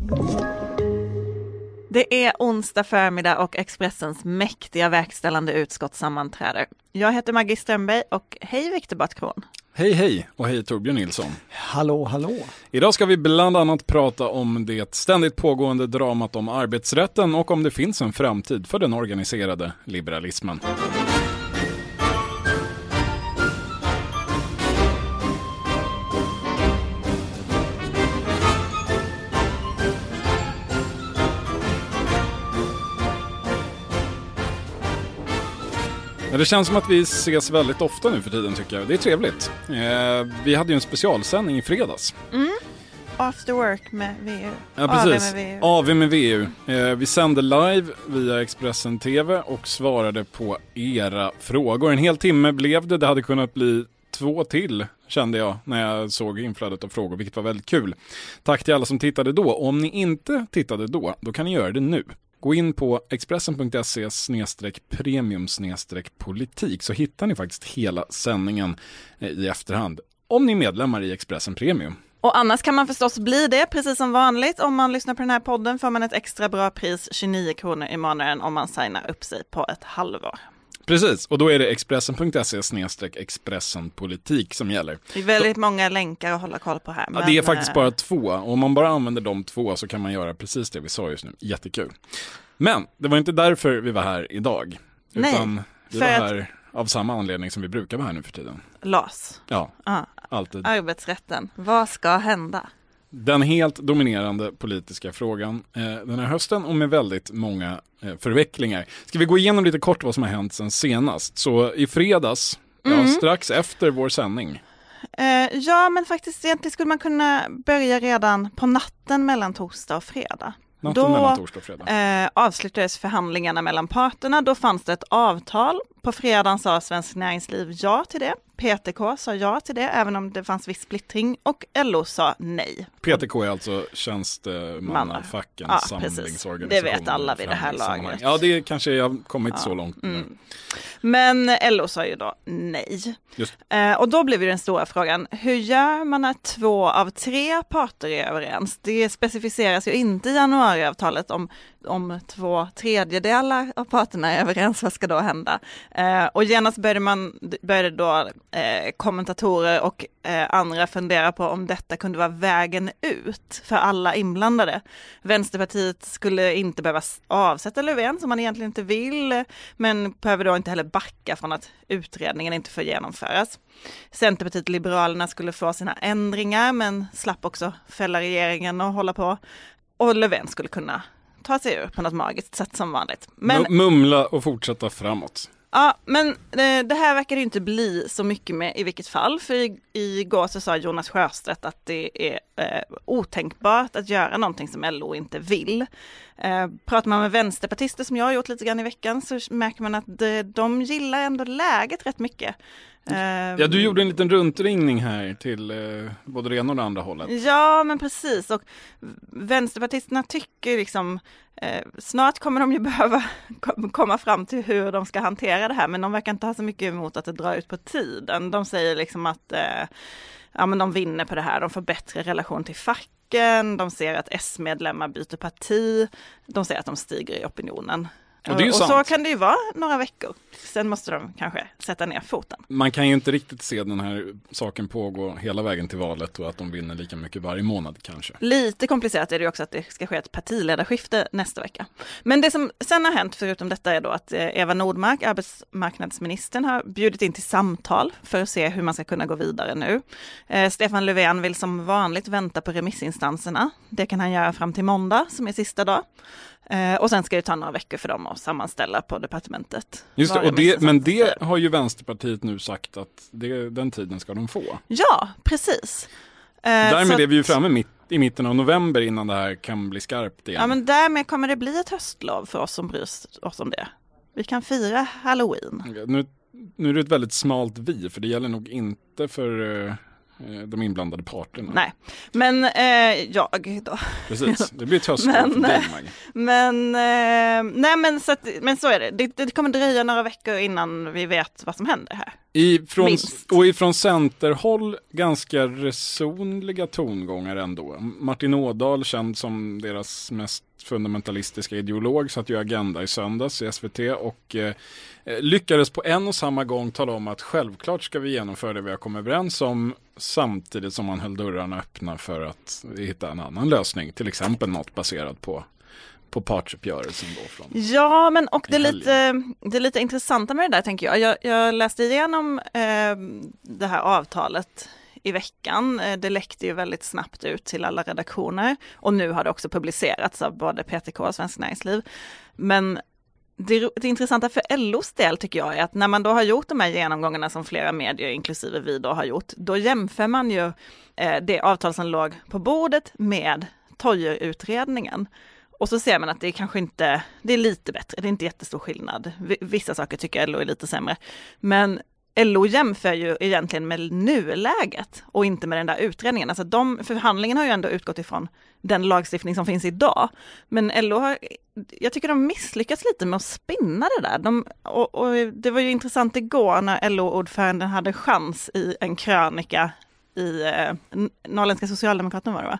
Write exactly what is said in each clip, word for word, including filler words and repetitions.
Det är onsdag förmiddag och Expressens mäktiga verkställande utskott sammanträder. Jag heter Maggie Strömberg och hej Viktor Bartkron. Hej hej och hej Torbjörn Nilsson. Hallå, hallå. Idag ska vi bland annat prata om det ständigt pågående dramat om arbetsrätten och om det finns en framtid för den organiserade liberalismen. Det känns som att vi ses väldigt ofta nu för tiden tycker jag. Det är trevligt. Eh, vi hade ju en specialsändning i fredags. Mm. After work med V U. Ja, precis. A V med V U. A V med V U. Eh, vi sände live via Expressen T V och svarade på era frågor. En hel timme blev det. Det hade kunnat bli två till, kände jag när jag såg inflödet av frågor, vilket var väldigt kul. Tack till alla som tittade då. Om ni inte tittade då, då kan ni göra det nu. Gå in på expressen.se snedstreck premium snedstreck politik så hittar ni faktiskt hela sändningen i efterhand. Om ni är medlemmar i Expressen Premium. Och annars kan man förstås bli det, precis som vanligt. Om man lyssnar på den här podden får man ett extra bra pris, tjugonio kronor i månaden, om man signar upp sig på ett halvår. Precis, och då är det expressen.se snedstreck expressen politik som gäller. Det är väldigt många länkar att hålla koll på här. Ja, men... det är faktiskt bara två. Och om man bara använder de två så kan man göra precis det vi sa just nu. Jättekul. Men det var inte därför vi var här idag. Nej, utan vi för var att... här av samma anledning som vi brukar vara här nu för tiden. L A S. Ja, ah. alltid. Arbetsrätten. Vad ska hända? Den helt dominerande politiska frågan eh, den här hösten och med väldigt många eh, förvecklingar. Ska vi gå igenom lite kort vad som har hänt sen senast? Så i fredags, mm. ja, strax efter vår sändning. Eh, ja, men faktiskt egentligen skulle man kunna börja redan på natten mellan torsdag och fredag. Natten Då mellan torsdag och fredag. Eh, avslutades förhandlingarna mellan parterna. Då fanns det ett avtal. På fredagen sa Svensk Näringsliv ja till det. P T K sa ja till det, även om det fanns viss splittring. Och L O sa nej. P T K är alltså tjänstemannafackens ja, samlingsorganisation. Det vet alla vid det här laget. Ja, det kanske har kommit ja. så långt. Mm. Men L O sa ju då nej. Just. Eh, och då blev ju den stora frågan, hur gör man när två av tre parter är överens? Det specificeras ju inte i januariavtalet om, om två tredjedelar av parterna är överens. Vad ska då hända? Eh, och genast började, man, började då eh, kommentatorer och eh, andra fundera på om detta kunde vara vägen ut för alla inblandade. Vänsterpartiet skulle inte behöva avsätta Löfven som man egentligen inte vill, men behöver då inte heller backa från att utredningen inte får genomföras. Centerpartiet och Liberalerna skulle få sina ändringar men slapp också fälla regeringen och hålla på. Och Löfven skulle kunna ta sig ur på något magiskt sätt som vanligt. Men, mumla och fortsätta framåt. Ja, men eh, det här verkar det inte bli så mycket med i vilket fall. För i, igår så sa Jonas Sjöstedt att det är eh, otänkbart att göra någonting som L O inte vill. Eh, pratar man med vänsterpartister som jag har gjort lite grann i veckan så märker man att de, de gillar ändå läget rätt mycket. Eh, ja, du gjorde en liten runtringning här till eh, både det ena och det andra hållet. Ja, men precis. Och vänsterpartisterna tycker liksom eh, snart kommer de ju behöva komma fram till hur de ska hantera det här, men de verkar inte ha så mycket emot att det drar ut på tiden. De säger liksom att eh, ja, men de vinner på det här, de får bättre relation till facken, de ser att S-medlemmar byter parti, de ser att de stiger i opinionen. Och, det är ju och sant. Så kan det ju vara några veckor. Sen måste de kanske sätta ner foten. Man kan ju inte riktigt se den här saken pågå hela vägen till valet och att de vinner lika mycket varje månad kanske. Lite komplicerat är det ju också att det ska ske ett partiledarskifte nästa vecka. Men det som sen har hänt förutom detta är då att Eva Nordmark, arbetsmarknadsministern, har bjudit in till samtal för att se hur man ska kunna gå vidare nu. Eh, Stefan Löfven vill som vanligt vänta på remissinstanserna. Det kan han göra fram till måndag som är sista dag. Eh, och sen ska det ta några veckor för dem att sammanställa på departementet. Just det, och det, men det har ju Vänsterpartiet nu sagt att det, den tiden ska de få. Ja, precis. Eh, Därmed är vi ju att, framme mitt, i mitten av november innan det här kan bli skarpt igen. Ja, men därmed kommer det bli ett höstlov för oss som bryr oss om det. Vi kan fira Halloween. Nu, nu är det ett väldigt smalt vi, för det gäller nog inte för... Eh, de inblandade parterna. Nej, men eh, jag då. Precis, det blir ett höstlov men, för dig, Maggie. Men, eh, nej, men, så att, men så är det. det. Det kommer dröja några veckor innan vi vet vad som händer här. Ifrån, och ifrån centerhåll ganska resonliga tongångar ändå. Martin Ådahl, känd som deras mest fundamentalistiska ideolog, satt ju Agenda i söndags i S V T och eh, lyckades på en och samma gång tala om att självklart ska vi genomföra det vi har kommit överens om, samtidigt som man höll dörrarna öppna för att hitta en annan lösning, till exempel något baserat på på partsuppgörelsen då från Ja, men och det är, lite, det är lite intressanta med det där, tänker jag. Jag, jag läste igenom eh, det här avtalet i veckan. Det läckte ju väldigt snabbt ut till alla redaktioner och nu har det också publicerats av både P T K och Svensk Näringsliv. Men det, det intressanta för L O:s del tycker jag är att när man då har gjort de här genomgångarna som flera medier, inklusive vi då har gjort, då jämför man ju eh, det avtal som låg på bordet med Toijer-utredningen. Och så ser man att det är kanske inte, det är lite bättre, det är inte jättestor skillnad. Vissa saker tycker L O är lite sämre. Men L O jämför ju egentligen med nuläget och inte med den där utredningen. Alltså de, förhandlingen har ju ändå utgått ifrån den lagstiftning som finns idag. Men L O har, jag tycker de misslyckats lite med att spinna det där. De, och, och det var ju intressant igår när L O-ordföranden hade chans i en krönika i eh, Norrländska Socialdemokraterna var det va?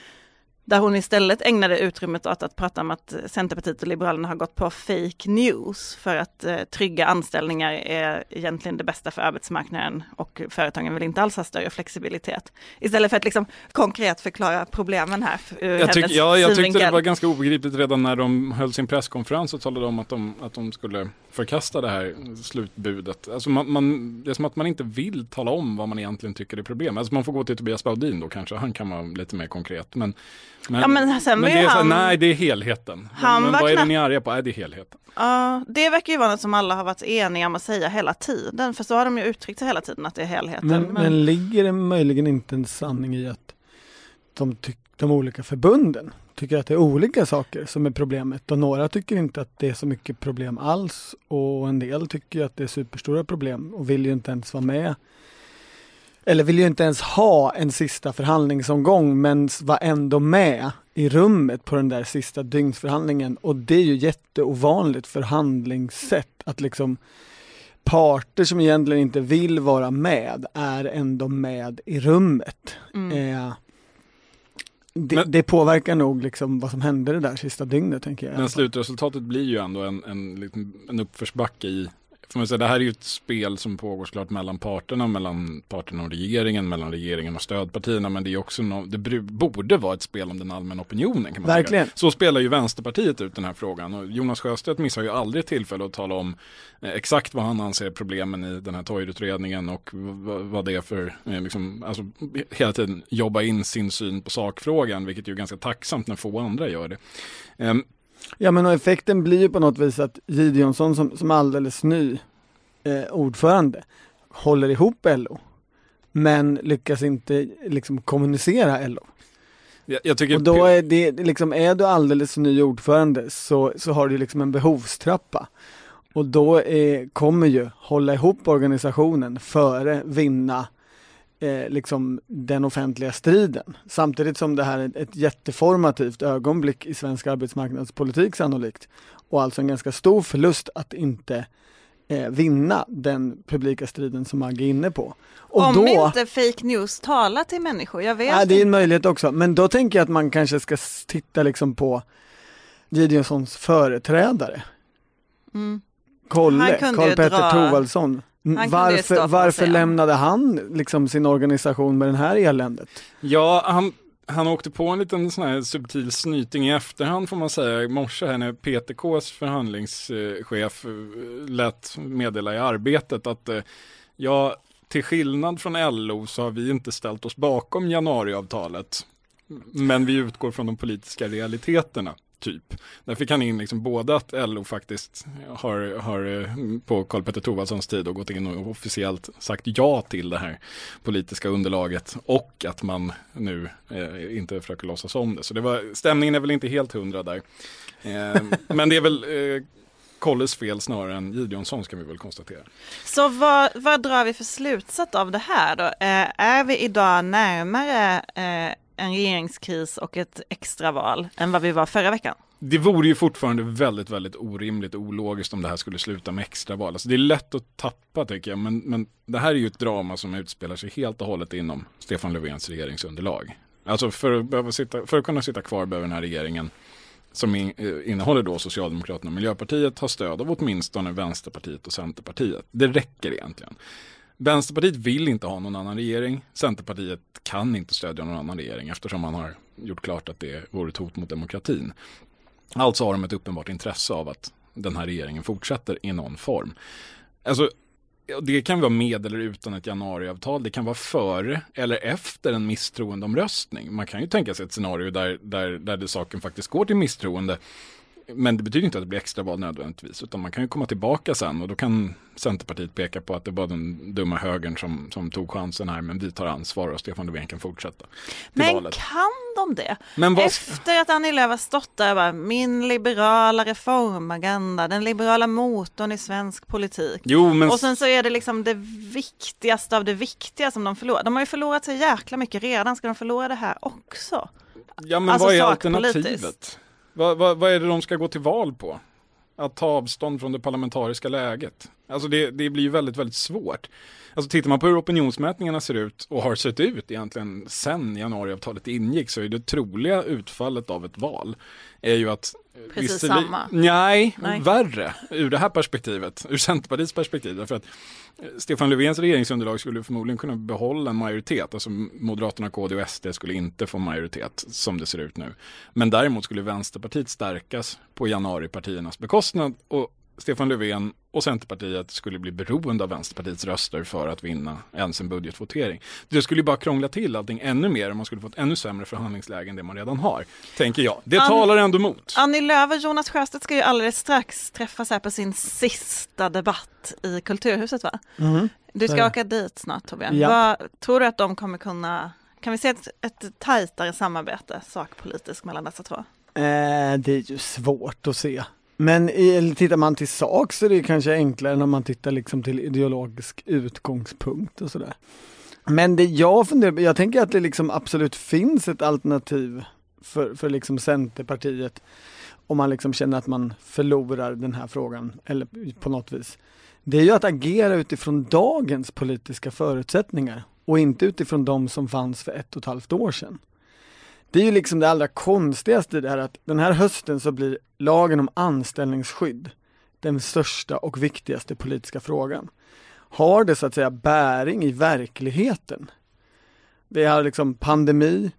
Där hon istället ägnade utrymmet åt att prata om att Centerpartiet och Liberalerna har gått på fake news för att eh, trygga anställningar är egentligen det bästa för arbetsmarknaden och företagen vill inte alls ha större flexibilitet. Istället för att liksom konkret förklara problemen här. Jag, tyck, ja, jag tyckte det var ganska obegripligt redan när de höll sin presskonferens och talade om att de, att de skulle förkasta det här slutbudet. Alltså man, man, det är som att man inte vill tala om vad man egentligen tycker är problem. Alltså man får gå till Tobias Baudin då kanske, han kan vara lite mer konkret. Men Men, ja, men, sen men det är han, så, nej, det är helheten. Han men vad är knappt, det ni är arga på? Nej, det är helheten. Ja, uh, det verkar ju vara något som alla har varit eniga om att säga hela tiden. För så har de ju uttryckt sig hela tiden att det är helheten. Men, men... men ligger det möjligen inte en sanning i att de, ty- de olika förbunden tycker att det är olika saker som är problemet? Och några tycker inte att det är så mycket problem alls. Och en del tycker att det är superstora problem och vill ju inte ens vara med. Eller vill ju inte ens ha en sista förhandlingsomgång men var ändå med i rummet på den där sista dygnsförhandlingen. Och det är ju jätteovanligt förhandlingssätt att liksom parter som egentligen inte vill vara med är ändå med i rummet. Mm. Eh, det, men, det påverkar nog liksom vad som hände det där sista dygnet, tänker jag. Men slutresultatet blir ju ändå en, en, en, en uppförsbacke i. För man säga, det här är ju ett spel som pågår såklart mellan parterna, mellan parterna och regeringen, mellan regeringen och stödpartierna, men det är också no- det borde vara ett spel om den allmänna opinionen, kan man Verkligen. säga. Så spelar ju Vänsterpartiet ut den här frågan, och Jonas Sjöstedt missar ju aldrig tillfälle att tala om eh, exakt vad han anser problemen i den här Toijer-utredningen och v- vad det är för, eh, liksom, alltså hela tiden jobba in sin syn på sakfrågan, vilket är ju ganska tacksamt när få andra gör det. Um, Ja, men effekten blir ju på något vis att Gideonsson som, som alldeles ny eh, ordförande håller ihop L O men lyckas inte liksom kommunicera L O. Jag, jag tycker och då är det liksom, är du alldeles ny ordförande så, så har du liksom en behovstrappa. Och då är, kommer ju hålla ihop organisationen före vinna Eh, liksom den offentliga striden. Samtidigt som det här är ett jätteformativt ögonblick i svensk arbetsmarknadspolitik sannolikt. Och alltså en ganska stor förlust att inte eh, vinna den publika striden som Maggie är inne på. Och Om då, inte fake news talar till människor, jag vet ja, det är en inte. möjlighet också. Men då tänker jag att man kanske ska titta liksom på Gideonssons företrädare. Mm. Kolle, Karl-Petter Thorwaldsson. Varför, varför lämnade han liksom sin organisation med den här eländet? Ja, han, han åkte på en liten sån här subtil snyting i efterhand får man säga. I morse här när P T K:s förhandlingschef lät meddela i Arbetet att ja, till skillnad från L O så har vi inte ställt oss bakom januariavtalet. Men vi utgår från de politiska realiteterna. Typ. Där fick han in liksom både att L O faktiskt har, har på Karl-Petter Thorwaldssons tid och gått in och officiellt sagt ja till det här politiska underlaget och att man nu eh, inte försöker låtsas om det. Så det var, stämningen är väl inte helt hundra där. Eh, men det är väl eh, Kolles fel snarare än Gideonsson ska vi väl konstatera. Så vad, vad drar vi för slutsats av det här då? Eh, är vi idag närmare eh, en regeringskris och ett extraval än vad vi var förra veckan. Det vore ju fortfarande väldigt, väldigt orimligt och ologiskt om det här skulle sluta med extraval. Alltså det är lätt att tappa tycker jag, men, men det här är ju ett drama som utspelar sig helt och hållet inom Stefan Löfvens regeringsunderlag. Alltså för att, behöva sitta, för att kunna sitta kvar behöver den här regeringen som in, innehåller då Socialdemokraterna och Miljöpartiet har stöd av åtminstone Vänsterpartiet och Centerpartiet. Det räcker egentligen. Vänsterpartiet vill inte ha någon annan regering. Centerpartiet kan inte stödja någon annan regering eftersom man har gjort klart att det vore ett hot mot demokratin. Alltså har de ett uppenbart intresse av att den här regeringen fortsätter i någon form. Alltså, det kan vara med eller utan ett januariavtal. Det kan vara före eller efter en misstroendeomröstning. Man kan ju tänka sig ett scenario där, där, där det saken faktiskt går till misstroende. Men det betyder inte att det blir extraval nödvändigtvis. Utan man kan ju komma tillbaka sen och då kan Centerpartiet peka på att det var den dumma högern som, som tog chansen här. Men vi tar ansvar och Stefan Löfven kan fortsätta. Men valet. Kan de det? Men vad... Efter att Annie Lööf har stått där och bara, min liberala reformagenda, den liberala motorn i svensk politik. Jo, men... Och sen så är det liksom det viktigaste av det viktiga som de förlorar. De har ju förlorat så jäkla mycket redan. Ska de förlora det här också? Ja, men alltså vad är alternativet? politiskt. Vad, vad, vad är det de ska gå till val på? Att ta avstånd från det parlamentariska läget. Alltså det, det blir ju väldigt, väldigt svårt. Alltså tittar man på hur opinionsmätningarna ser ut och har sett ut egentligen sen januariavtalet ingick så är det troliga utfallet av ett val är ju att... Precis samma. Nej, Nej, värre ur det här perspektivet, ur Centerpartiets perspektiv. För att Stefan Löfvens regeringsunderlag skulle förmodligen kunna behålla en majoritet. Alltså Moderaterna, K D och S D skulle inte få majoritet som det ser ut nu. Men däremot skulle Vänsterpartiet stärkas på januaripartiernas bekostnad och Stefan Löfven och Centerpartiet skulle bli beroende av Vänsterpartiets röster för att vinna ens en budgetvotering. Det skulle ju bara krångla till allting ännu mer om man skulle få ett ännu sämre förhandlingsläge än det man redan har, tänker jag. Det An- talar ändå emot. Annie Lööf och Jonas Sjöstedt ska ju alldeles strax träffas här på sin sista debatt i Kulturhuset, va? Mm. Du ska åka dit snart, Torbjörn. Ja. Vad tror du att de kommer kunna... Kan vi se ett, ett tajtare samarbete sakpolitiskt mellan dessa två? Eh, det är ju svårt att se. Men i, tittar man till sak så är det kanske enklare när man tittar liksom till ideologisk utgångspunkt och sådär. Men det jag funderar på, jag tänker att det liksom absolut finns ett alternativ för, för liksom Centerpartiet om man liksom känner att man förlorar den här frågan eller på något vis. Det är ju att agera utifrån dagens politiska förutsättningar och inte utifrån de som fanns för ett och ett halvt år sedan. Det är ju liksom det allra konstigaste i det här att den här hösten så blir lagen om anställningsskydd den största och viktigaste politiska frågan. Har det så att säga bäring i verkligheten? Vi har liksom pandemi,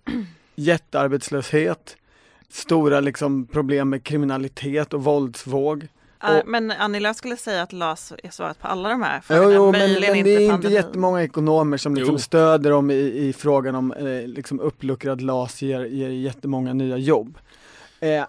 jättearbetslöshet, stora liksom problem med kriminalitet och våldsvåg. Och, men Annie Lööf skulle säga att L A S är svaret på alla de här frågorna. Jo, jo men, men det är inte pandemi. jättemånga ekonomer som liksom Jo. stöder dem i, i frågan om eh, liksom uppluckrad L A S ger, ger jättemånga nya jobb. Eh,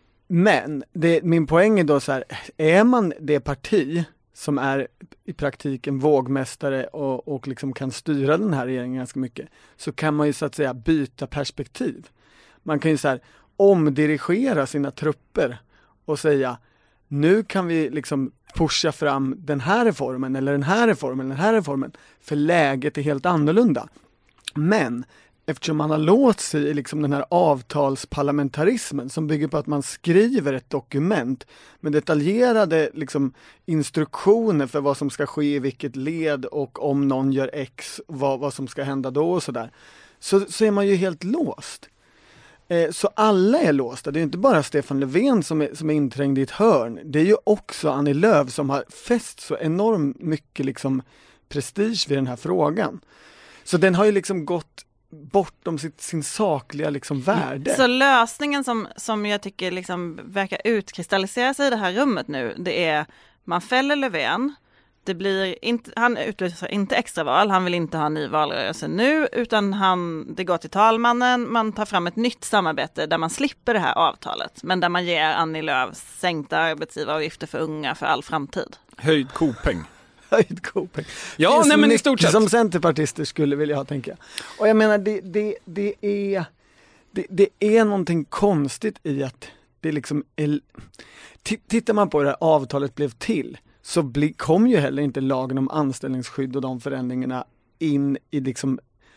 men det, min poäng är då så här, är man det parti som är i praktiken vågmästare och, och liksom kan styra den här regeringen ganska mycket, så kan man ju så att säga byta perspektiv. Man kan ju så här omdirigera sina trupper och säga nu kan vi liksom pusha fram den här reformen eller den här reformen eller den här reformen för läget är helt annorlunda. Men eftersom man har låst sig i liksom den här avtalsparlamentarismen som bygger på att man skriver ett dokument med detaljerade liksom instruktioner för vad som ska ske i vilket led och om någon gör X, vad, vad som ska hända då och sådär. Så, så är man ju helt låst. Eh, så alla är låsta. Det är inte bara Stefan Löfven som är, som är inträngd i ett hörn. Det är ju också Annie Lööf som har fäst så enormt mycket liksom prestige vid den här frågan. Så den har ju liksom gått bortom sitt, sin sakliga liksom värde. Så lösningen som, som jag tycker liksom verkar utkristallisera sig i det här rummet nu, det är man fäller Löfven, det blir inte, han utlyser inte extraval, han vill inte ha en ny valrörelse nu, utan han, det går till talmannen, man tar fram ett nytt samarbete där man slipper det här avtalet, men där man ger Annie Lööf sänkta arbetsgivaravgifter för unga för all framtid. Höjd kopeng. Höjd kopeng. Ja, nej men i stort sett. Som centerpartister skulle vilja ha, tänka. Och jag menar, det, det, det, är, det, det är någonting konstigt i att det liksom är, t- tittar man på hur det här avtalet blev till, så bli, kom ju heller inte lagen om anställningsskydd och de förändringarna in i liksom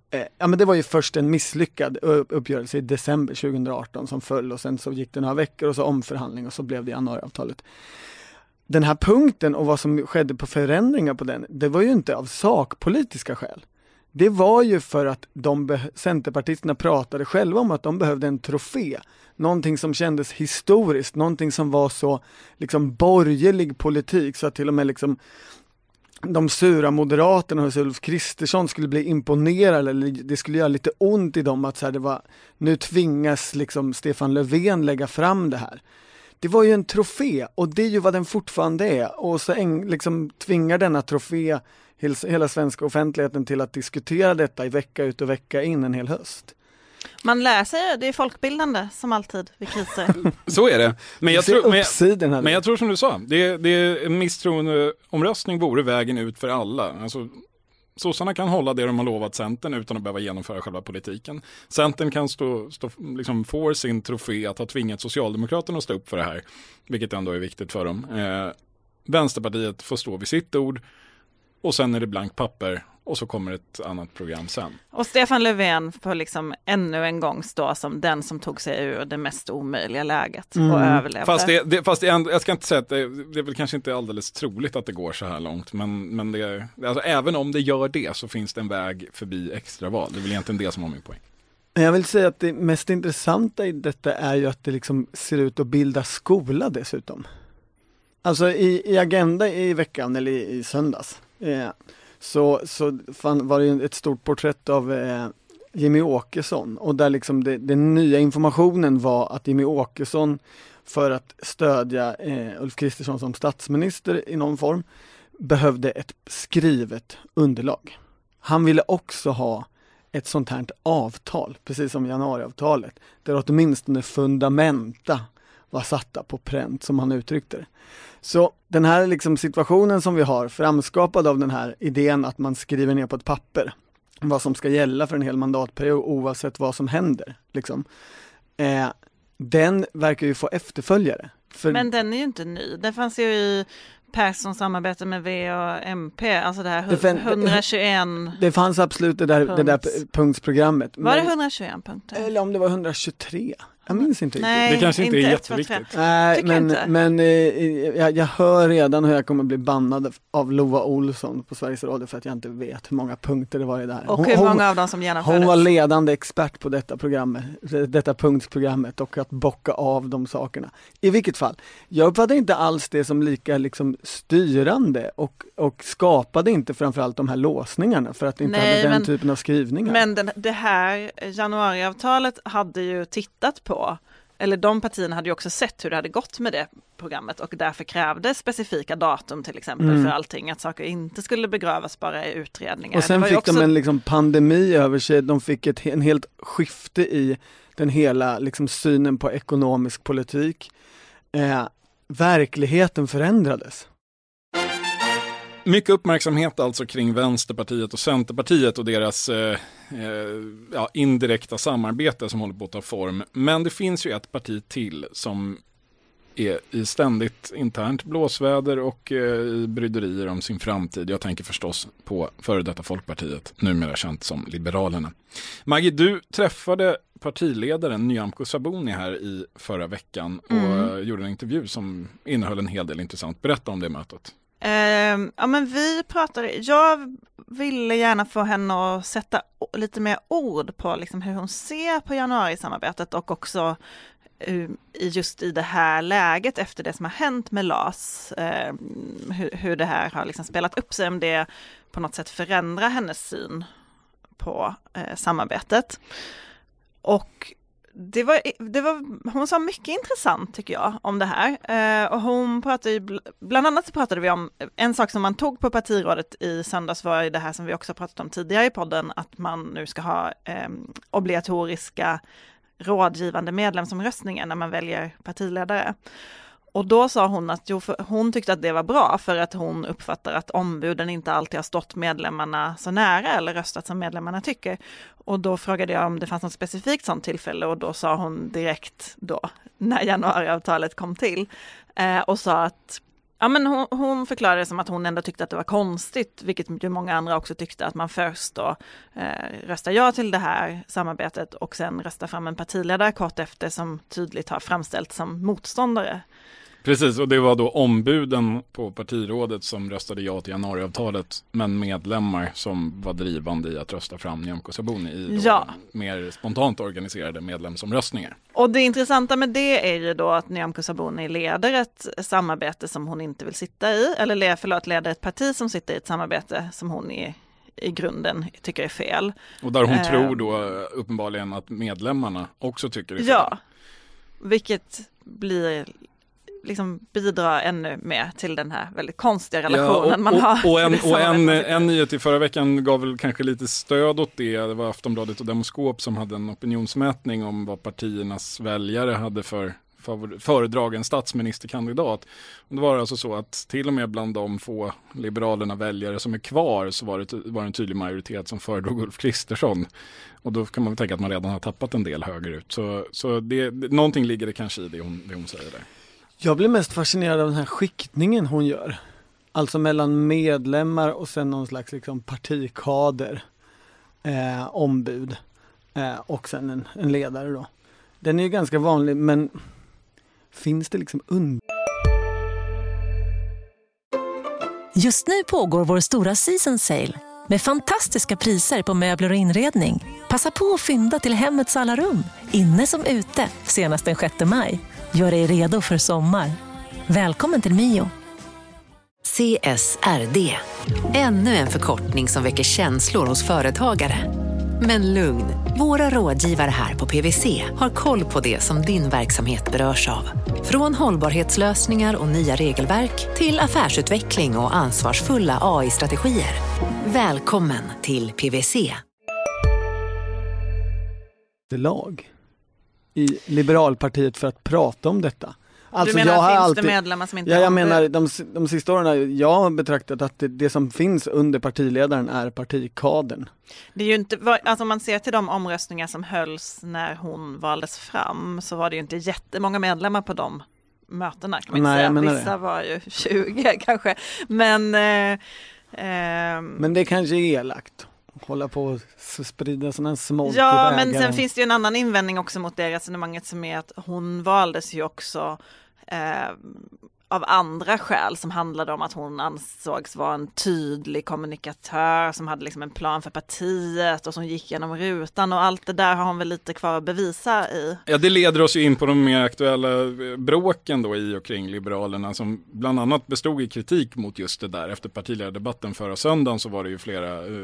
eh, ja men det var ju först en misslyckad uppgörelse i december tjugoarton som föll och sen så gick det några veckor och så omförhandling och så blev det januariavtalet. Den här punkten och vad som skedde på förändringar på den, det var ju inte av sakpolitiska skäl. Det var ju för att de be- Centerpartisterna pratade själva om att de behövde en trofé. Någonting som kändes historiskt, någonting som var så liksom borgerlig politik så att till och med liksom de sura moderaterna hos Ulf Kristersson skulle bli imponerade eller det skulle göra lite ont i dem att så här, det var, nu tvingas liksom Stefan Löfven lägga fram det här. Det var ju en trofé och det är ju vad den fortfarande är och så en, liksom tvingar denna trofé hela svenska offentligheten till att diskutera detta i vecka ut och vecka in en hel höst. Man lär sig, det är folkbildande som alltid vid kriser. Så är det. Men jag, tror, men, jag, men jag tror som du sa, det, det, en misstroendeomröstning vore vägen ut för alla. Alltså, sossarna kan hålla det de har lovat Centern utan att behöva genomföra själva politiken. Centern kan stå, stå liksom få sin trofé att ha tvingat Socialdemokraterna att stå upp för det här, vilket ändå är viktigt för dem. Eh, Vänsterpartiet får stå vid sitt ord och sen är det blankt papper och så kommer ett annat program sen. Och Stefan Löfven får liksom ännu en gång stå som den som tog sig ur det mest omöjliga läget och mm. överlevde. Fast, det, det, fast det ändå, jag ska inte säga att det, det är väl kanske inte alldeles troligt att det går så här långt. Men, men det, alltså, även om det gör det så finns det en väg förbi extraval. Det är väl egentligen det som har min poäng. Jag vill säga att det mest intressanta i detta är ju att det liksom ser ut att bilda skola dessutom. Alltså i, i Agenda i veckan eller i, i söndags eh, så, så fan, var det ett stort porträtt av eh, Jimmy Åkesson och där liksom det, den nya informationen var att Jimmy Åkesson för att stödja eh, Ulf Kristersson som statsminister i någon form behövde ett skrivet underlag. Han ville också ha ett sånt här avtal, precis som januariavtalet, där åtminstone fundamenta var satta på pränt som han uttryckte det. Så den här liksom situationen som vi har framskapad av den här idén att man skriver ner på ett papper vad som ska gälla för en hel mandatperiod oavsett vad som händer. Liksom. Eh, den verkar ju få efterföljare. För... Men den är ju inte ny. Den fanns ju i Perssons samarbete med V och M P, alltså det här etthundratjugoett. Det fanns absolut det där, det där punktsprogrammet. Var det etthundratjugoett punkter? Eller om det var etthundratjugotre. Jag minns inte Nej, riktigt. Det kanske inte, inte är jätteviktigt. Nej, men, men eh, jag, jag hör redan hur jag kommer bli bannad av Lova Olsson på Sveriges Radio för att jag inte vet hur många punkter det var i det här. Och hur många hon, av dem som genomfördes. Hon var ledande expert på detta programmet, detta punktsprogrammet och att bocka av de sakerna. I vilket fall, jag uppfattar inte alls det som lika liksom styrande och, och skapade inte framförallt de här låsningarna för att det inte Nej, hade den men, typen av skrivningar. Men den, det här januariavtalet hade ju tittat på eller de partierna hade ju också sett hur det hade gått med det programmet och därför krävde specifika datum till exempel mm. för allting, att saker inte skulle begravas bara i utredningar. Och sen fick också... de en liksom pandemi över sig, de fick ett, en helt skifte i den hela liksom synen på ekonomisk politik. Eh, verkligheten förändrades. Mycket uppmärksamhet alltså kring Vänsterpartiet och Centerpartiet och deras eh, eh, ja, indirekta samarbete som håller på att ta form. Men det finns ju ett parti till som är i ständigt internt blåsväder och eh, i bryderier om sin framtid. Jag tänker förstås på före detta Folkpartiet, numera känt som Liberalerna. Maggie, du träffade partiledaren Nyamko Sabuni här i förra veckan och mm. gjorde en intervju som innehöll en hel del intressant. Berätta om det mötet. Uh, ja men vi pratade, jag ville gärna få henne att sätta lite mer ord på liksom hur hon ser på januari-samarbetet och också uh, just i det här läget efter det som har hänt med L A S, uh, hur, hur det här har liksom spelat upp sig, om det på något sätt förändrar hennes syn på uh, samarbetet. Och Det var, det var, hon sa mycket intressant tycker jag om det här eh, och hon pratade ju, bland annat så pratade vi om en sak som man tog på partirådet i söndags var det här som vi också pratat om tidigare i podden, att man nu ska ha eh, obligatoriska rådgivande medlemsomröstningar när man väljer partiledare. Och då sa hon att jo, hon tyckte att det var bra för att hon uppfattar att ombuden inte alltid har stått medlemmarna så nära eller röstat som medlemmarna tycker. Och då frågade jag om det fanns något specifikt sånt tillfälle och då sa hon direkt då när januariavtalet kom till eh, och sa att Ja, men hon, hon förklarade som att hon ändå tyckte att det var konstigt, vilket ju många andra också tyckte, att man först då eh, röstar ja till det här samarbetet och sen röstar fram en partiledare kort efter som tydligt har framställts som motståndare. Precis, och det var då ombuden på partirådet som röstade ja till januariavtalet, men medlemmar som var drivande i att rösta fram Nyamko Sabuni i ja. mer spontant organiserade medlemsomröstningar. Och det intressanta med det är ju då att Nyamko Sabuni leder ett samarbete som hon inte vill sitta i, eller förlåt, leder ett parti som sitter i ett samarbete som hon är i grunden tycker är fel. Och där hon eh, tror då uppenbarligen att medlemmarna också tycker det är fel. Ja, vilket blir... liksom bidra ännu mer till den här väldigt konstiga relationen ja, och, man och, har. Och, en, och en, en nyhet i förra veckan gav väl kanske lite stöd åt det. Det var Aftonbladet och Demoskop som hade en opinionsmätning om vad partiernas väljare hade för föredragen statsministerkandidat. Och det var alltså så att till och med bland de få liberalerna väljare som är kvar så var det, var det en tydlig majoritet som föredrog Ulf Kristersson. Och då kan man väl tänka att man redan har tappat en del högerut. Så, så det, det, någonting ligger det kanske i det hon, det hon säger där. Jag blir mest fascinerad av den här skiktningen hon gör. Alltså mellan medlemmar och sen någon slags liksom partikader, eh, ombud eh, och sen en, en ledare då. Den är ju ganska vanlig, men finns det liksom und... Just nu pågår vår stora season sale med fantastiska priser på möbler och inredning. Passa på att fynda till hemmets alla rum, inne som ute, senast den sjätte maj. Gör dig redo för sommar. Välkommen till Mio. C S R D. Ännu en förkortning som väcker känslor hos företagare. Men lugn, våra rådgivare här på P W C har koll på det som din verksamhet berörs av. Från hållbarhetslösningar och nya regelverk till affärsutveckling och ansvarsfulla A I-strategier. Välkommen till P W C. Det lag i Liberalpartiet för att prata om detta. Alltså, du menar jag har finns alltid, det medlemmar som inte ja, jag har menar de, de sista åren jag har betraktat att det, det som finns under partiledaren är partikadern. Det är ju inte, alltså om man ser till de omröstningar som hölls när hon valdes fram så var det ju inte jättemånga medlemmar på de mötena kan man Nej, säga. Vissa det. var ju tjugo kanske. Men, eh, eh, men det kanske är elakt. Hålla på och sprida sådana smolk ja, i men vägar. sen finns det ju en annan invändning också mot det resonemanget som är att hon valdes ju också eh, av andra skäl som handlade om att hon ansågs vara en tydlig kommunikatör som hade liksom en plan för partiet och som gick genom rutan och allt det där har hon väl lite kvar att bevisa i. Ja, det leder oss in på de mer aktuella bråken då i och kring Liberalerna som bland annat bestod i kritik mot just det där. Efter partiledardebatten förra söndagen så var det ju flera eh,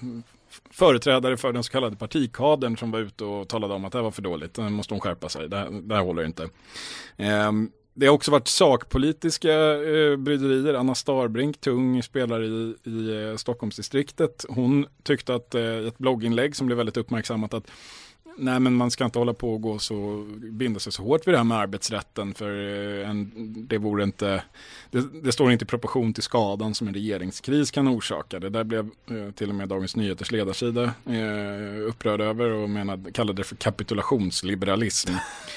företrädare för den så kallade partikadern som var ute och talade om att det här var för dåligt. Nu måste de skärpa sig, det här, det här håller inte. Eh, Det har också varit sakpolitiska eh, bryderier. Anna Starbrink, tung spelare i, i eh, Stockholmsdistriktet. Hon tyckte att eh, ett blogginlägg som blev väldigt uppmärksammat att nej, men man ska inte hålla på och gå så, binda sig så hårt vid det här med arbetsrätten för eh, en, det vore inte, det, det står inte i proportion till skadan som en regeringskris kan orsaka. Det där blev eh, till och med Dagens Nyheters ledarsida eh, upprörd över och menade, kallade det för kapitulationsliberalism.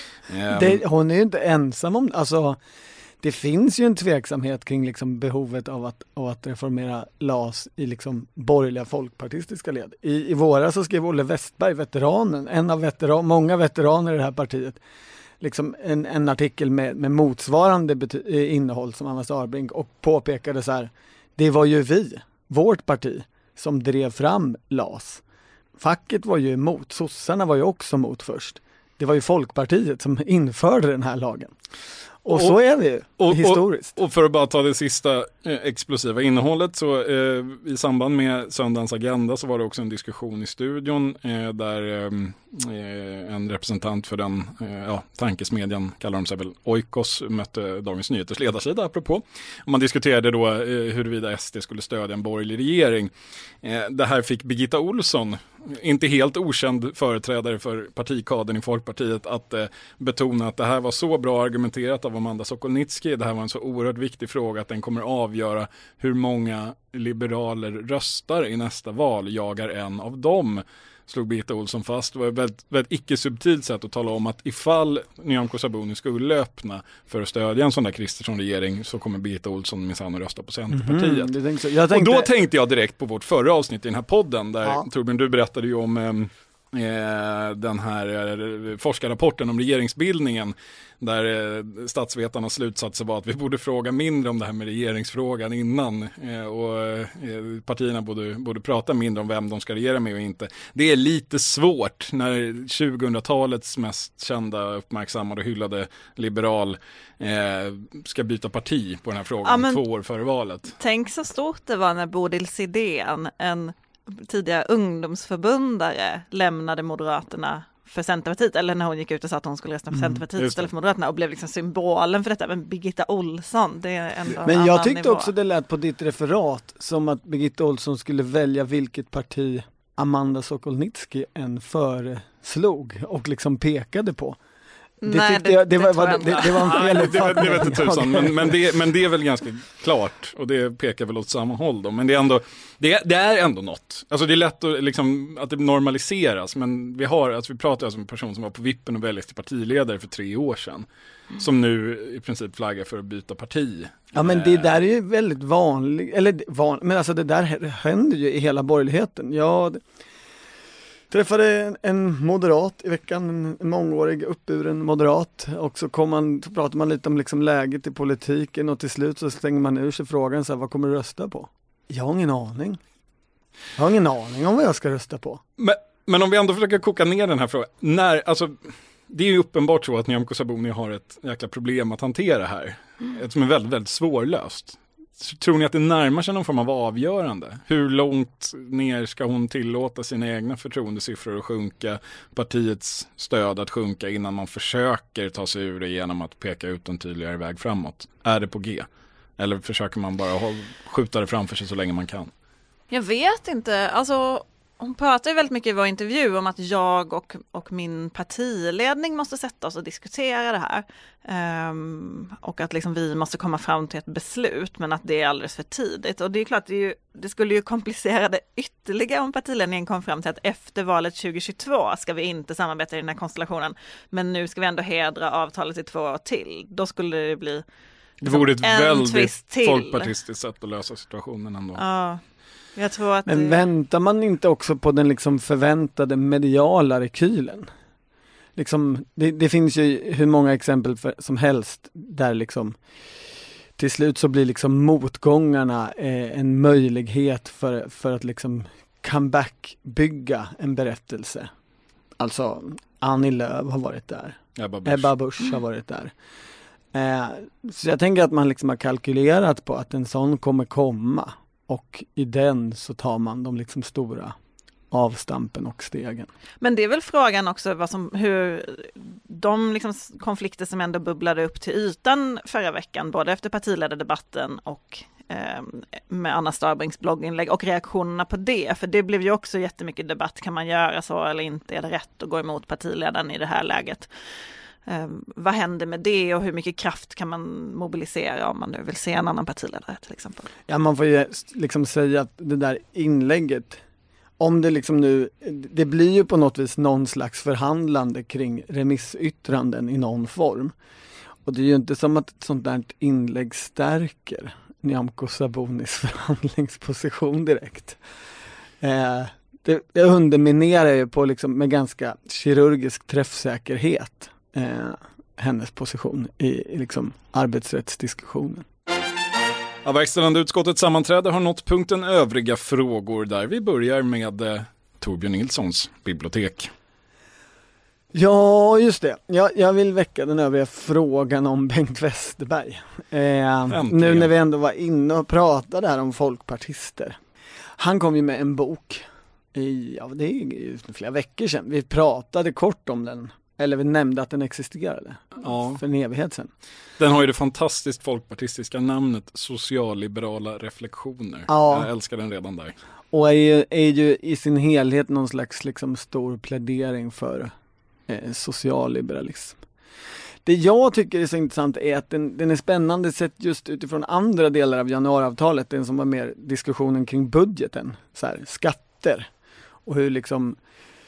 Det, hon är ju inte ensam om, alltså det finns ju en tveksamhet kring liksom behovet av att, av att reformera L A S i liksom borgerliga folkpartistiska led. I, i våra så skrev Olle Westberg, veteranen, en av veteran, många veteraner i det här partiet, liksom en, en artikel med, med motsvarande bety- innehåll som Anna Starbrink och påpekade så här, det var ju vi, vårt parti, som drev fram L A S. Facket var ju emot, sossarna var ju också emot först. Det var ju Folkpartiet som införde den här lagen. Och, och så är det ju och, historiskt. Och, och för att bara ta det sista eh, explosiva innehållet så eh, i samband med söndagens agenda så var det också en diskussion i studion eh, där eh, en representant för den eh, ja, tankesmedjan, kallar de sig väl Oikos, mötte Dagens Nyheters ledarsida apropå. Och man diskuterade då eh, huruvida S D skulle stödja en borgerlig regering. Eh, det här fick Birgitta Olsson, inte helt okänd företrädare för partikadern i Folkpartiet, att eh, betona att det här var så bra argumenterat av Amanda Sokolnitsky. Det här var en så oerhört viktig fråga att den kommer avgöra hur många liberaler röstar i nästa val. Jag är en av dem. slog Birgitta Ohlsson fast. Det var ett väldigt, väldigt icke-subtilt sätt att tala om att ifall Nyamko Sabuni skulle öppna för att stödja en sån där Kristersson-regering så kommer Birgitta Ohlsson minsann att rösta på Centerpartiet. Mm-hmm, så. Jag tänkte... Och då tänkte jag direkt på vårt förra avsnitt i den här podden där ja. Torbjörn, du berättade ju om eh, den här eh, forskarrapporten om regeringsbildningen där eh, statsvetarnas slutsatser var att vi borde fråga mindre om det här med regeringsfrågan innan eh, och eh, partierna borde, borde prata mindre om vem de ska regera med och inte. Det är lite svårt när tjugohundratalets mest kända, uppmärksammade och hyllade liberal eh, ska byta parti på den här frågan ja, men, två år före valet. Tänk så stort det var när Bodil Sidén, en tidigare ungdomsförbundare, lämnade Moderaterna för Centerpartiet, eller när hon gick ut och sa att hon skulle rösta på Centerpartiet mm, istället för Moderaterna och blev liksom symbolen för detta. Men Birgitta Ohlsson, det är ändå en Men jag tyckte nivå. också det lät på ditt referat som att Birgitta Ohlsson skulle välja vilket parti Amanda Sokolnitsky än föreslog och liksom pekade på. Det Nej, det, jag, det, det, var, det, var, det, det var en fel uppfattning. Det, det vet inte tusan, men, men, det, men det är väl ganska klart och det pekar väl åt samma håll då. Men det är ändå, det, det är ändå något. Alltså det är lätt att, liksom, att det normaliseras, men vi har, alltså vi pratar alltså om en person som var på vippen och väljes till partiledare för tre år sedan. Mm. Som nu i princip flaggar för att byta parti. Ja, men det där är ju väldigt vanligt, eller van, men alltså det där händer ju i hela borgerligheten. Ja, det, träffade en moderat i veckan, en mångårig uppburen moderat, och så, kom man, så pratar man lite om liksom läget i politiken och till slut så stänger man ur sig frågan så här, vad kommer du rösta på? Jag har ingen aning. Jag har ingen aning om vad jag ska rösta på. Men, men om vi ändå försöker koka ner den här frågan, när, alltså, det är ju uppenbart så att Nyamko Sabuni har ett jäkla problem att hantera här, mm. ett som är väldigt, väldigt svårlöst. Tror ni att det närmar sig någon form av avgörande? Hur långt ner ska hon tillåta sina egna förtroendesiffror att sjunka, partiets stöd att sjunka innan man försöker ta sig ur det genom att peka ut en tydligare väg framåt? Är det på G? Eller försöker man bara hålla, skjuta det framför sig så länge man kan? Jag vet inte. Alltså, hon pratar ju väldigt mycket i vår intervju om att jag och, och min partiledning måste sätta oss och diskutera det här. Um, och att liksom vi måste komma fram till ett beslut, men att det är alldeles för tidigt. Och det är klart, det, är ju, det skulle ju komplicera det ytterligare om partiledningen kom fram till att efter valet tjugohundratjugotvå ska vi inte samarbeta i den här konstelationen. Men nu ska vi ändå hedra avtalet i två år till. Då skulle det bli det vore ett väldigt folkpartistiskt sätt att lösa situationen ändå. Ja. Jag tror att Men det... väntar man inte också på den liksom förväntade mediala rekylen? Liksom, det, det finns ju hur många exempel för, som helst där liksom till slut så blir liksom motgångarna eh, en möjlighet för, för att liksom comeback-bygga en berättelse. Alltså Annie Lööf har varit där. Ebba Busch, Ebba Busch har varit där. Eh, så jag tänker att man liksom har kalkylerat på att en sån kommer komma. Och i den så tar man de liksom stora avstampen och stegen. Men det är väl frågan också vad som, hur de liksom konflikter som ändå bubblade upp till ytan förra veckan, både efter partiledardebatten och eh, med Anna Starbrings blogginlägg och reaktionerna på det. För det blev ju också jättemycket debatt. Kan man göra så eller inte? Är det rätt att gå emot partiledaren i det här läget? Eh, vad händer med det och hur mycket kraft kan man mobilisera om man nu vill se en annan partiledare till exempel? Ja, man får ju liksom säga att det där inlägget, om det liksom nu, det blir ju på något vis någon slags förhandlande kring remissyttranden i någon form. Och det är ju inte som att ett sånt där inlägg stärker Nyamko Sabunis förhandlingsposition direkt. Eh, det, det underminerar ju på liksom med ganska kirurgisk träffsäkerhet Eh, hennes position i, i liksom arbetsrättsdiskussionen. Ja, verkställande utskottets sammanträde har nått punkten övriga frågor där vi börjar med eh, Torbjörn Nilssons bibliotek. Ja, just det. Jag, jag vill väcka den övriga frågan om Bengt Westerberg. Eh, nu när vi ändå var inne och pratade här om folkpartister. Han kom ju med en bok i, ja, det är ju flera veckor sedan. Vi pratade kort om den. Eller vi nämnde att den existerade ja. för en evighet sedan. Den har ju det fantastiskt folkpartistiska namnet Socialliberala reflektioner. Ja. Jag älskar den redan där. Och är ju, är ju i sin helhet någon slags liksom stor plädering för eh, socialliberalism. Det jag tycker är så intressant är att den, den är spännande sett just utifrån andra delar av januariavtalet. Den som var mer diskussionen kring budgeten. Så här, skatter. Och hur liksom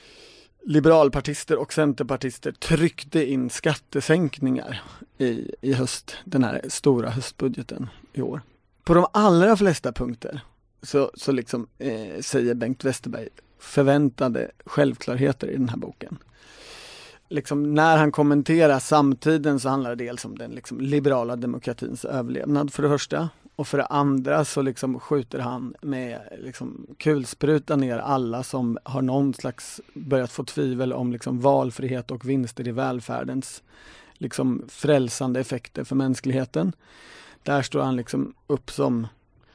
liberalpartister och centerpartister tryckte in skattesänkningar i, i höst, den här stora höstbudgeten i år. På de allra flesta punkter så, så liksom, eh, säger Bengt Westerberg förväntade självklarheter i den här boken. Liksom, när han kommenterar samtiden så handlar det dels om den liksom, liberala demokratins överlevnad för det första. Och för det andra så liksom skjuter han med liksom kulspruta ner alla som har någon slags börjat få tvivel om liksom valfrihet och vinster i välfärdens liksom frälsande effekter för mänskligheten. Där står han liksom upp som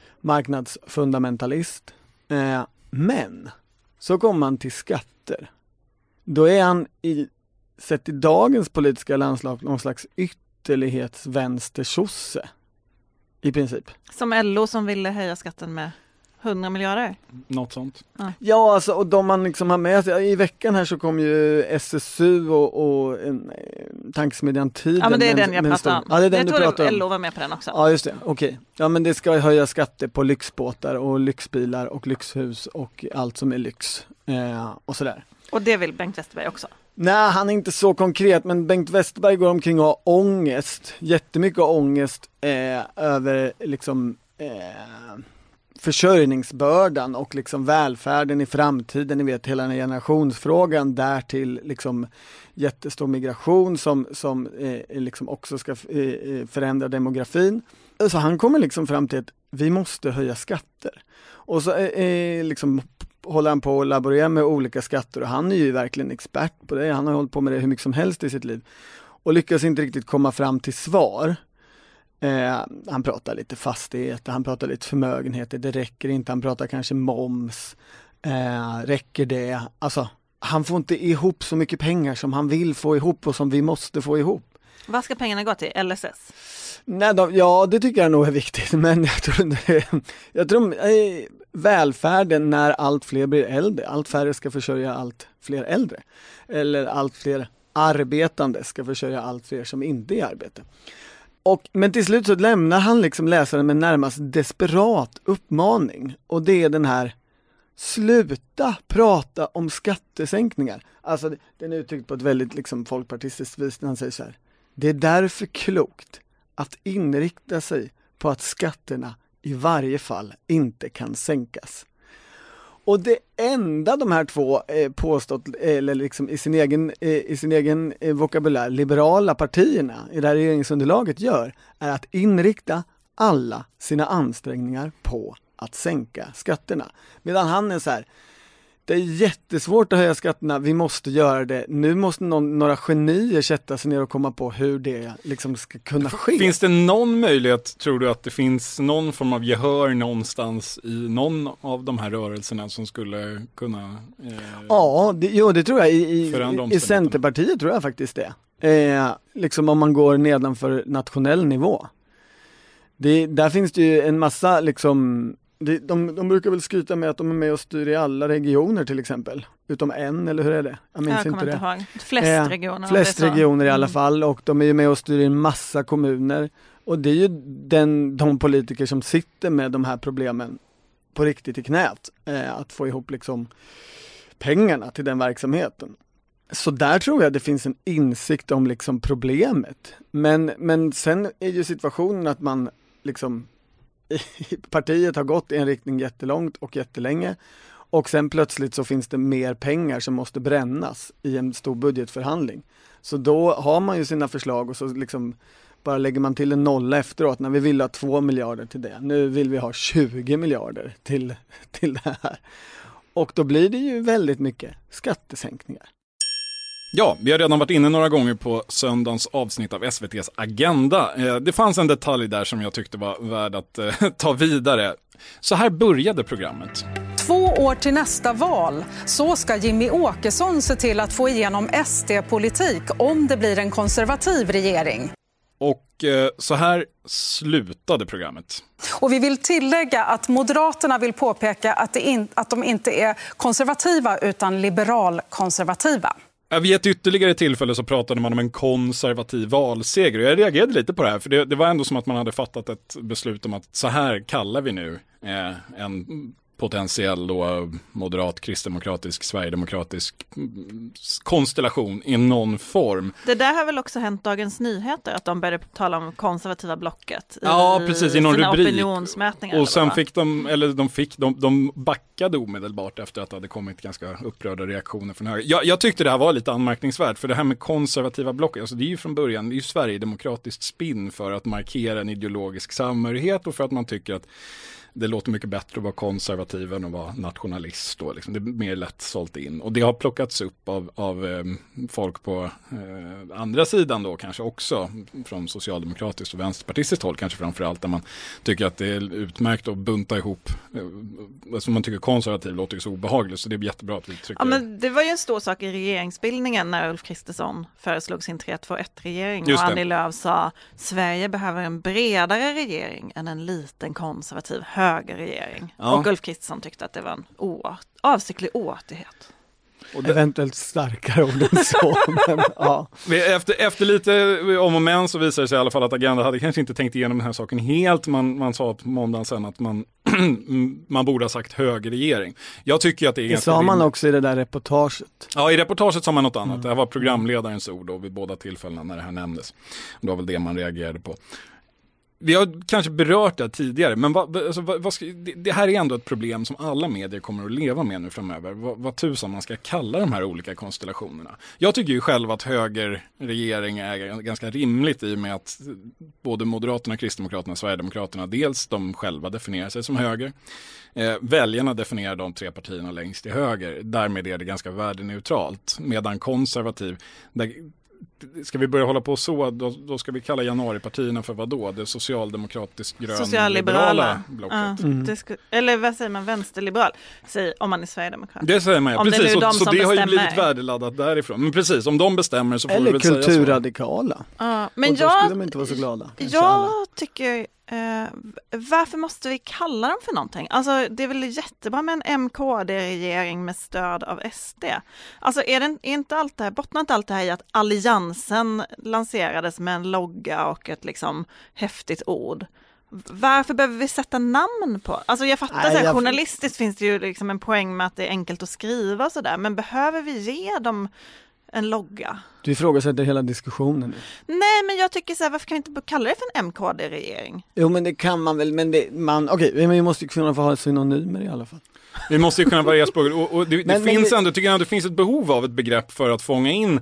marknadsfundamentalist. Eh, men så kommer man till skatter. Då är han i, sett i dagens politiska landskap någon slags ytterlighetsvänstersosse. I princip. Som L O som ville höja skatten med hundra miljarder. Något sånt. Ja, ja alltså, och de man liksom har med sig. I veckan här så kom ju S S U och, och en, tankesmedjan Tiden. ja men det är med, den jag pratar om. Ja, det är den jag du tror pratar att om. L O var med på den också. Ja just det, okej. Okay. Ja men det ska höja skatter på lyxbåtar och lyxbilar och lyxhus och allt som är lyx. Eh, och sådär. Och det vill Bengt Westerberg också. Nej, han är inte så konkret, men Bengt Westerberg går omkring och har ångest, jättemycket ångest eh, över liksom eh, försörjningsbördan och liksom välfärden i framtiden. Ni vet, hela den här generationsfrågan, därtill liksom jättestor migration som, som eh, liksom också ska eh, förändra demografin. Så han kommer liksom fram till att vi måste höja skatter. Och så eh, liksom håller han på att laborera med olika skatter och han är ju verkligen expert på det. Han har hållit på med det hur mycket som helst i sitt liv och lyckas inte riktigt komma fram till svar. Eh, han pratar lite fastigheter, han pratar lite förmögenheter, det räcker inte. Han pratar kanske moms, eh, räcker det? Alltså, han får inte ihop så mycket pengar som han vill få ihop och som vi måste få ihop. Vad ska pengarna gå till? L S S? Nej, de, ja, det tycker jag nog är viktigt, men jag tror, jag tror eh, välfärden när allt fler blir äldre, allt färre ska försörja allt fler äldre, eller allt fler arbetande ska försörja allt fler som inte är i arbete. Och, men till slut så lämnar han liksom läsaren med närmast desperat uppmaning, och det är den här: sluta prata om skattesänkningar. Alltså den är uttryckt på ett väldigt liksom folkpartistiskt vis när han säger så här: det är därför klokt att inrikta sig på att skatterna i varje fall inte kan sänkas. Och det enda de här två eh, påstått, eller liksom i sin egen, eh, i sin egen eh, vokabulär, liberala partierna i det här regeringsunderlaget gör, är att inrikta alla sina ansträngningar på att sänka skatterna. Medan han är så här: det är jättesvårt att höja skatterna, vi måste göra det. Nu måste någon, några genier sätta sig ner och komma på hur det liksom ska kunna ske. Finns det någon möjlighet, tror du, att det finns någon form av gehör någonstans i någon av de här rörelserna som skulle kunna eh, Ja, det, jo, det tror jag. I, i, i Centerpartiet tror jag faktiskt det. Eh, liksom om man går nedanför nationell nivå. Det, där finns det ju en massa liksom... De, de, de brukar väl skryta med att de är med och styr i alla regioner till exempel. Utom en, eller hur är det? Jag minns jag inte det. inte ihåg. Flest eh, regioner. Flest regioner i alla mm. fall. Och de är ju med och styr i en massa kommuner. Och det är ju den, de politiker som sitter med de här problemen på riktigt i knät. Eh, att få ihop liksom pengarna till den verksamheten. Så där tror jag det finns en insikt om liksom problemet. Men, men sen är ju situationen att man liksom... partiet har gått i en riktning jättelångt och jättelänge, och sen plötsligt så finns det mer pengar som måste brännas i en stor budgetförhandling. Så då har man ju sina förslag och så liksom bara lägger man till en nolla efteråt. När vi vill ha två miljarder till det, nu vill vi ha tjugo miljarder till, till det här. Och då blir det ju väldigt mycket skattesänkningar. Ja, vi har redan varit inne några gånger på söndagens avsnitt av S V T:s Agenda. Eh, det fanns en detalj där som jag tyckte var värd att eh, ta vidare. Så här började programmet. Två år till nästa val. Så ska Jimmy Åkesson se till att få igenom S D-politik om det blir en konservativ regering. Och eh, så här slutade programmet. Och vi vill tillägga att Moderaterna vill påpeka att, det in, att de inte är konservativa utan liberalkonservativa. Vid ett ytterligare tillfälle så pratade man om en konservativ valseger. Jag reagerade lite på det här, för det, det var ändå som att man hade fattat ett beslut om att så här kallar vi nu eh, en potentiell då moderat, kristdemokratisk, sverigedemokratisk konstellation i någon form. Det där har väl också hänt Dagens Nyheter, att de började tala om konservativa blocket i ja, precis, i någon sina rubrik. opinionsmätningar. Och sen eller fick de, eller de fick, de, de backade omedelbart efter att det hade kommit ganska upprörda reaktioner från höger. Jag, jag tyckte det här var lite anmärkningsvärt, för det här med konservativa block, alltså det är ju från början, det är ju sverigedemokratiskt spinn för att markera en ideologisk samhörighet och för att man tycker att det låter mycket bättre att vara konservativ än att vara nationalist. Då, liksom. Det är mer lätt sålt in. Och det har plockats upp av, av eh, folk på eh, andra sidan då kanske också. Från socialdemokratiskt och vänsterpartistiskt håll kanske framförallt. Där man tycker att det är utmärkt att bunta ihop. Eh, alltså man tycker konservativ låter ju så obehagligt. Så det är jättebra att vi trycker. Ja, men det var ju en stor sak i regeringsbildningen när Ulf Kristersson föreslog sin tre två ett-regering. Och Annie Lööf sa Sverige behöver en bredare regering än en liten konservativ högerregering. Ja. Och Ulf Kristersson tyckte att det var en oart, avsiktlig oartighet. Och det, eventuellt starkare ord än så. Men, ja. efter, efter lite om och men så visar det sig i alla fall att Agenda hade kanske inte tänkt igenom den här saken helt. Man, man sa på måndagen sen att man, man borde ha sagt högerregering. Jag tycker att det är det sa man också i det där reportaget. Ja, i reportaget sa man något annat. Mm. Det här var programledarens ord då, vid båda tillfällena när det här nämndes. Det var väl det man reagerade på. Vi har kanske berört det tidigare, men vad, alltså, vad, vad ska, det, det här är ändå ett problem som alla medier kommer att leva med nu framöver. Vad, vad tusan man ska kalla de här olika konstellationerna. Jag tycker ju själv att högerregering är ganska rimligt i och med att både Moderaterna, Kristdemokraterna och Sverigedemokraterna, dels de själva definierar sig som höger. Eh, väljarna definierar de tre partierna längst till höger. Därmed är det ganska värdeneutralt. Medan konservativ... Där, ska vi börja hålla på så, då, då ska vi kalla januaripartierna för vad då? Det socialdemokratiskt grön-liberala blocket. Ja, mm. det ska, eller vad säger man, vänsterliberal, säger, om man är sverigedemokrat. Det säger man, ja. Om Precis, det är så, så det har ju blivit värdeladdat därifrån. Men precis, om de bestämmer så får eller vi väl kulturradikala. säga så. Ja, men och då jag, skulle de inte vara så glada. Jag alla. tycker... Uh, varför måste vi kalla dem för någonting? Alltså det är väl jättebra med en M K D-regering med stöd av S D. Alltså är, det, är inte allt det här, bottnar inte allt det här i att alliansen lanserades med en logga och ett liksom häftigt ord? Varför behöver vi sätta namn på? Alltså jag fattar, Nej, jag... journalistiskt finns det ju liksom en poäng med att det är enkelt att skriva och sådär, men behöver vi ge dem en logga? Du ifrågasätter hela diskussionen nu. Nej, men jag tycker så här, varför kan vi inte kalla det för en M K D-regering? Jo, men det kan man väl, men det, man, okej, okay, men vi måste ju kunna få ha synonymer i alla fall. Vi måste ju kunna variera språket, och, och det, men, det men, finns men, ändå, tycker jag, det finns ett behov av ett begrepp för att fånga in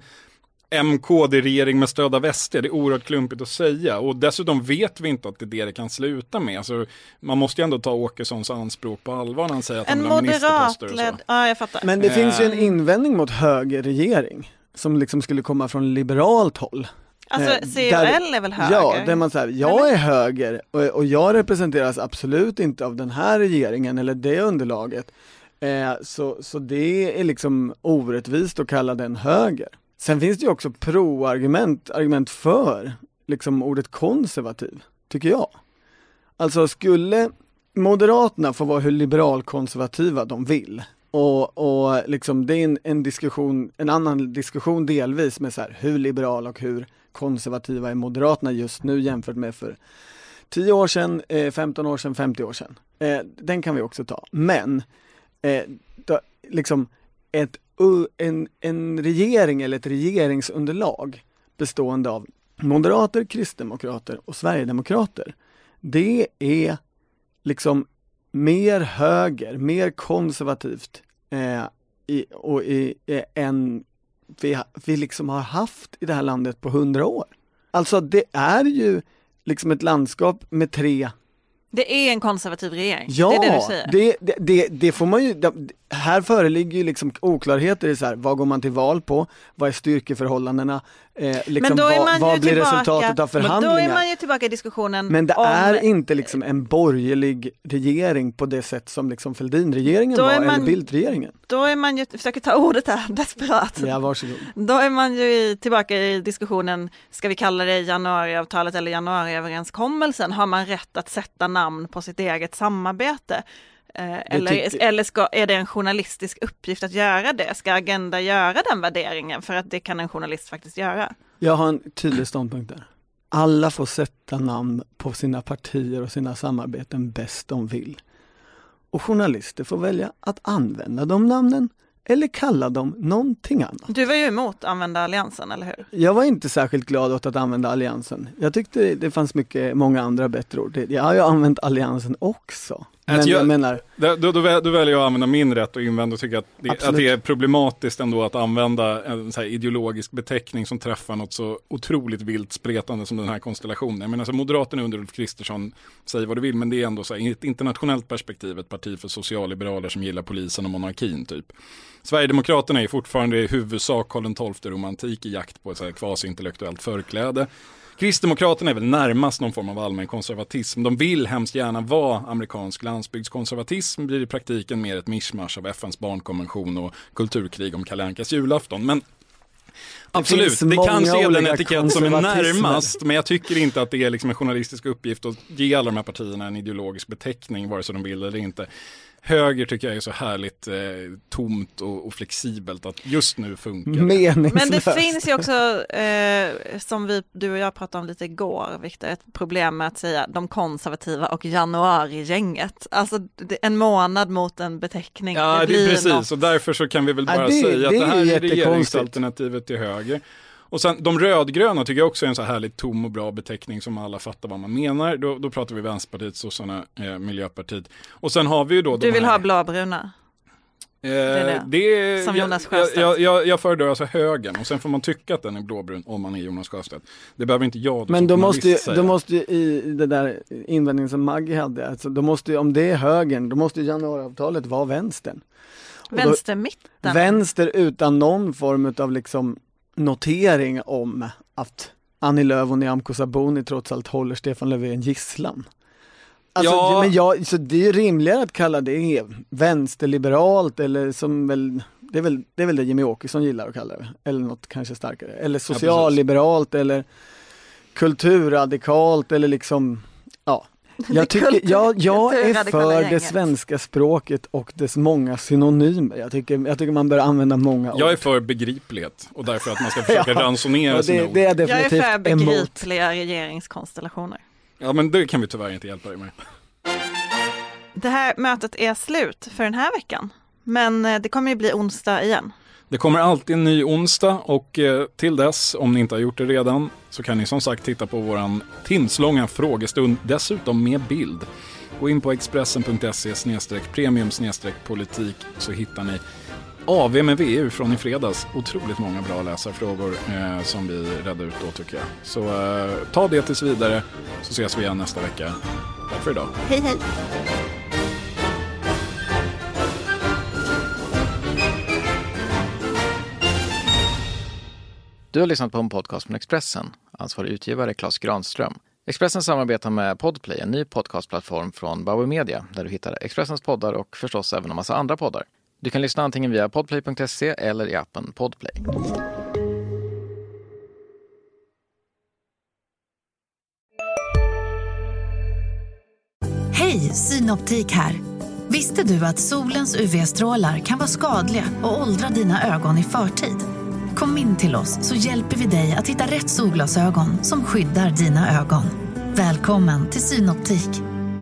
M K D-regering med stöd av S D. Det är oerhört klumpigt att säga, och dessutom vet vi inte att det är det det kan sluta med. Alltså, man måste ju ändå ta Åkessons anspråk på allvar när han säger att en han vill ha ministerposter och så. Ja, jag fattar. Men det äh... finns ju en invändning mot högerregering som liksom skulle komma från liberalt håll. Alltså C O L är väl höger? Ja, där man säger, jag är höger och, och jag representeras absolut inte av den här regeringen eller det underlaget. Eh, så, så det är liksom orättvist att kalla den höger. Sen finns det ju också pro-argument, argument för liksom ordet konservativ, tycker jag. Alltså skulle Moderaterna få vara hur liberalkonservativa de vill. Och, och liksom det är en, en diskussion, en annan diskussion delvis med så här, hur liberala och hur konservativa är Moderaterna just nu jämfört med för tio år sedan, eh, femton år sedan, femtio år sedan. Eh, den kan vi också ta. Men eh, då, liksom ett, uh, en, en regering eller ett regeringsunderlag bestående av moderater, kristdemokrater och sverigedemokrater, det är liksom mer höger, mer konservativt eh, i, och i, eh, än vi, vi liksom har haft i det här landet på hundra år. Alltså det är ju liksom ett landskap med tre... Det är en konservativ regering, ja, det är det du säger. Det, det, det, det får man ju... Det, här föreligger ju liksom oklarheter i så här, vad går man till val på? Vad är styrkeförhållandena? Eh, liksom, vad vad blir tillbaka, resultatet av förhandlingar? Men då är man ju tillbaka i diskussionen. Men det om, är inte liksom en borgerlig regering på det sätt som liksom Fälldinregeringen var, man, eller Bildt-regeringen. Då är man ju, försöker ta ordet här, desperat. Ja, varsågod. Då är man ju i, tillbaka i diskussionen, ska vi kalla det januariavtalet eller januariöverenskommelsen? Har man rätt att sätta namn på sitt eget samarbete? Eh, eller tycker... eller ska, är det en journalistisk uppgift att göra det? Ska Agenda göra den värderingen? För att det kan en journalist faktiskt göra. Jag har en tydlig ståndpunkt där. Alla får sätta namn på sina partier och sina samarbeten bäst de vill. Och journalister får välja att använda de namnen eller kalla dem någonting annat. Du var ju emot att använda alliansen, eller hur? Jag var inte särskilt glad åt att använda alliansen. Jag tyckte det fanns mycket, många andra bättre ord. Jag har ju använt alliansen också. Men jag, jag menar... Då, då, då väljer jag att använda min rätt och invända och tycker att det, att det är problematiskt ändå att använda en så här ideologisk beteckning som träffar något så otroligt vilt spretande som den här konstellationen. Jag menar, så Moderaterna under Ulf Kristersson säger vad du vill, men det är ändå så här, i ett internationellt perspektiv ett parti för socialliberaler som gillar polisen och monarkin typ. Sverigedemokraterna är fortfarande i huvudsak Karl den tolfte romantik i jakt på ett så här kvasi-intellektuellt förkläde. Kristdemokraterna är väl närmast någon form av allmän konservatism. De vill hemskt gärna vara amerikansk landsbygdskonservatism, blir i praktiken mer ett mischmasch av F N:s barnkonvention och kulturkrig om Kalle Ankas julafton. Men absolut, det, det kanske är den etikett som är närmast, men jag tycker inte att det är liksom en journalistisk uppgift att ge alla de här partierna en ideologisk beteckning, vare sig de vill eller inte. Höger tycker jag är så härligt eh, tomt och, och flexibelt att just nu funkar. Men det finns ju också, eh, som vi, du och jag pratade om lite igår, Victor, ett problem med att säga de konservativa och januari-gänget. Alltså en månad mot en beteckning. Ja, det, det är precis. något... Och därför så kan vi väl bara ja, det, säga att det, det här är regeringsalternativet till höger. Och sen de rödgröna tycker jag också är en så här härligt tom och bra beteckning som alla fattar vad man menar. Då, då pratar vi Vänsterpartiet, Sossarna, eh, Miljöpartiet. Och sen har vi ju då... Du vill här... ha blåbruna? Eh, det är det. det som Jonas Sjöstedt. Jag, jag, jag föredrar alltså högern och sen får man tycka att den är blåbrun om man är Jonas Sjöstedt. Det behöver inte jag då. Men då måste, ju, då måste ju i det där invändningen som Maggie hade, alltså då måste ju, om det är högern, då måste ju januariavtalet vara vänstern. Vänstermitten? Vänster utan någon form av liksom notering om att Annie Lööf och Nyamko Sabuni trots allt håller Stefan Löfven gisslan. Alltså, ja. men jag, så det är rimligare att kalla det vänsterliberalt eller som väl det är väl det är väl det Jimmy Åkesson gillar att kalla det, eller något kanske starkare, eller socialliberalt ja, eller kulturradikalt eller liksom ja. Jag, tycker, jag, jag är för det svenska språket och dess många synonymer. Jag tycker, jag tycker man bör använda många ord. Jag är för begriplighet och därför att man ska försöka ja, ransonera det, sina ord. Det är definitivt jag är för begripliga emot. regeringskonstellationer. Ja, men det kan vi tyvärr inte hjälpa dig med. Det här mötet är slut för den här veckan. Men det kommer ju bli onsdag igen. Det kommer alltid en ny onsdag och eh, till dess, om ni inte har gjort det redan, så kan ni som sagt titta på våran timslånga frågestund, dessutom med bild. Gå in på expressen punkt se snedstreck premium snedstreck politik så hittar ni A V med V U från i fredags. Otroligt många bra läsarfrågor eh, som vi räddade ut då tycker jag. Så eh, ta det tills vidare så ses vi igen nästa vecka. Tack för idag. Hej hej! Du har lyssnat på en podcast från Expressen. Ansvarig utgivare Claes Granström. Expressen samarbetar med Podplay, en ny podcastplattform från Bauer Media, där du hittar Expressens poddar och förstås även en massa andra poddar. Du kan lyssna antingen via podplay punkt se eller i appen Podplay. Hej, Synoptik här. Visste du att solens U V-strålar kan vara skadliga och åldra dina ögon i förtid? Kom in till oss så hjälper vi dig att hitta rätt solglasögon som skyddar dina ögon. Välkommen till Synoptik.